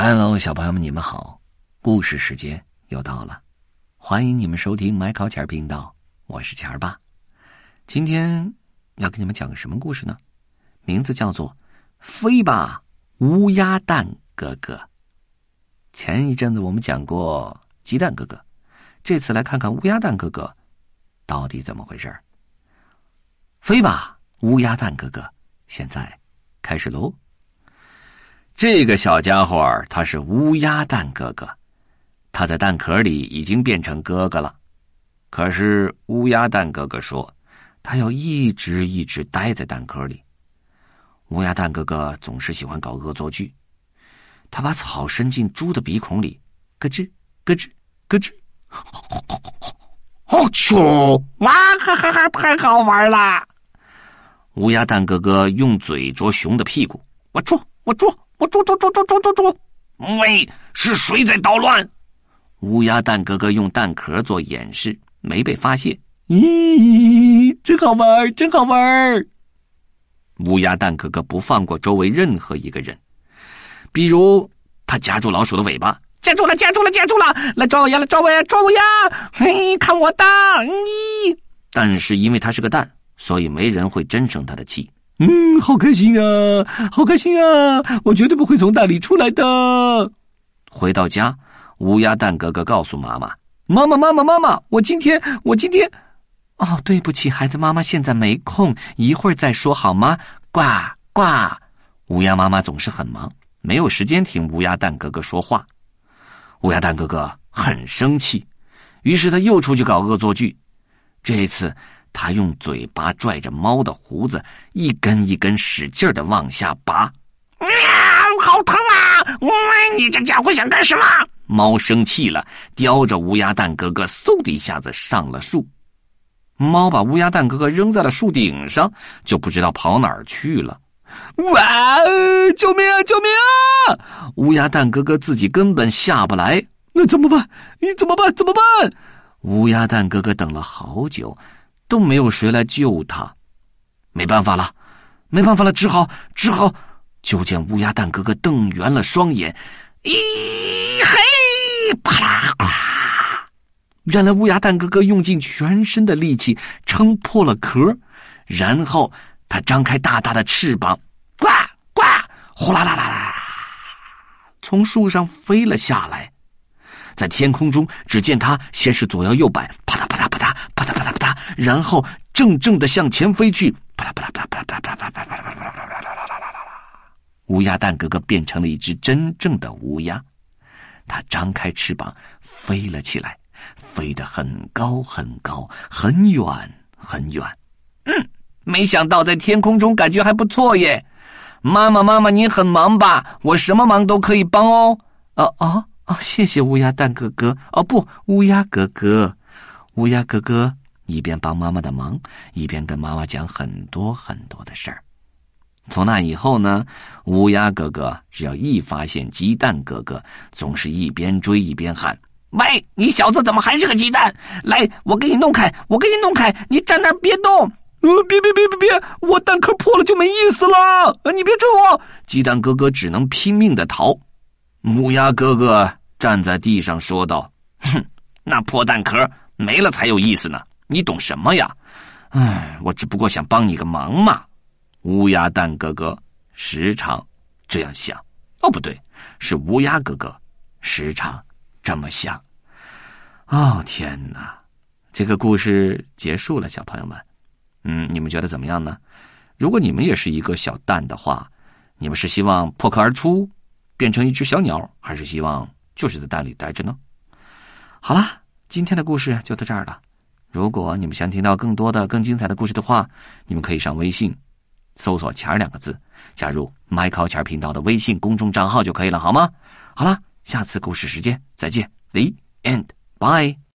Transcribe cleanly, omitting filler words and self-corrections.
Hello， 小朋友们，你们好！故事时间又到了，欢迎你们收听麦考钱频道，我是钱儿爸。今天要给你们讲个什么故事呢？名字叫做《飞吧，乌鸦蛋哥哥》。前一阵子我们讲过鸡蛋哥哥，这次来看看乌鸦蛋哥哥到底怎么回事。飞吧，乌鸦蛋哥哥，现在开始喽。这个小家伙他是乌鸦蛋哥哥，他在蛋壳里已经变成哥哥了。可是乌鸦蛋哥哥说，他要一直待在蛋壳里。乌鸦蛋哥哥总是喜欢搞恶作剧，他把草伸进猪的鼻孔里，咯吱咯吱咯吱， 好糗！哇哈哈哈，太好玩了！ 乌鸦蛋哥哥用嘴啄熊的屁股， 我啄！喂，是谁在捣乱？ 乌鸦蛋哥哥用蛋壳做掩饰，没被发现。 咦，真好玩，真好玩！ 乌鸦蛋哥哥不放过周围任何一个人，比如他夹住老鼠的尾巴， 夹住了！来抓我呀！嘿，看我的！咦！ 但是因为他是个蛋，所以没人会真生他的气。 好开心啊！我绝对不会从蛋里出来的。 回到家，乌鸦蛋哥哥告诉妈妈：“ 妈妈，我今天…… 哦，对不起，孩子，妈妈现在没空，一会儿再说好吗？呱呱！”乌鸦妈妈总是很忙，没有时间听乌鸦蛋哥哥说话。乌鸦蛋哥哥很生气，于是他又出去搞恶作剧。这次他用嘴巴拽着猫的胡子，一根一根使劲地往下拔。 好疼啊！你这家伙想干什么？ 猫生气了，叼着乌鸦蛋哥哥，嗖的一下子上了树。猫把乌鸦蛋哥哥扔在了树顶上，就不知道跑哪儿去了。 哇！救命啊！ 乌鸦蛋哥哥自己根本下不来， 那怎么办？怎么办？ 乌鸦蛋哥哥等了好久，都没有谁来救他。没办法了，只好就见乌鸦蛋哥哥瞪圆了双眼， 咦嘿，啪啦啪！ 原来乌鸦蛋哥哥用尽全身的力气撑破了壳，然后他张开大大的翅膀， 呱呱， 呼啦啦啦啦，从树上飞了下来。在天空中，只见他先是左摇右摆，啪嗒啪嗒啪嗒啪嗒啪嗒啪嗒，然后正地向前飞去，啪啦啪啦啪啦啪啦啪啦啪啦啪啦啪啦啪啦啪啦。乌鸦蛋哥哥变成了一只真正的乌鸦，他张开翅膀飞了起来，飞得很高很高，很远很远。 没想到在天空中感觉还不错耶。妈妈，你很忙吧？我什么忙都可以帮哦。 谢谢乌鸦蛋哥哥。乌鸦哥哥。乌鸦哥哥一边帮妈妈的忙，一边跟妈妈讲很多很多的事儿。从那以后呢，乌鸦哥哥只要一发现鸡蛋哥哥，总是一边追一边喊： 喂，你小子怎么还是个鸡蛋？来，我给你弄开，你站那儿别动。 别，我蛋壳破了就没意思了，你别追我。鸡蛋哥哥只能拼命地逃。乌鸦哥哥站在地上说道： 那破蛋壳没了才有意思呢，你懂什么呀？ 我只不过想帮你个忙嘛。乌鸦蛋哥哥时常这样想。不对，是乌鸦哥哥时常这么想。天哪，这个故事结束了，小朋友们。你们觉得怎么样呢？如果你们也是一个小蛋的话，你们是希望破壳而出，变成一只小鸟，还是希望就是在蛋里待着呢？好了，今天的故事就到这儿了。如果你们想听到更多的更精彩的故事的话，你们可以上微信搜索钱2个字，加入麦考钱频道的微信公众账号就可以了，好吗？好了，下次故事时间再见。The end. Bye.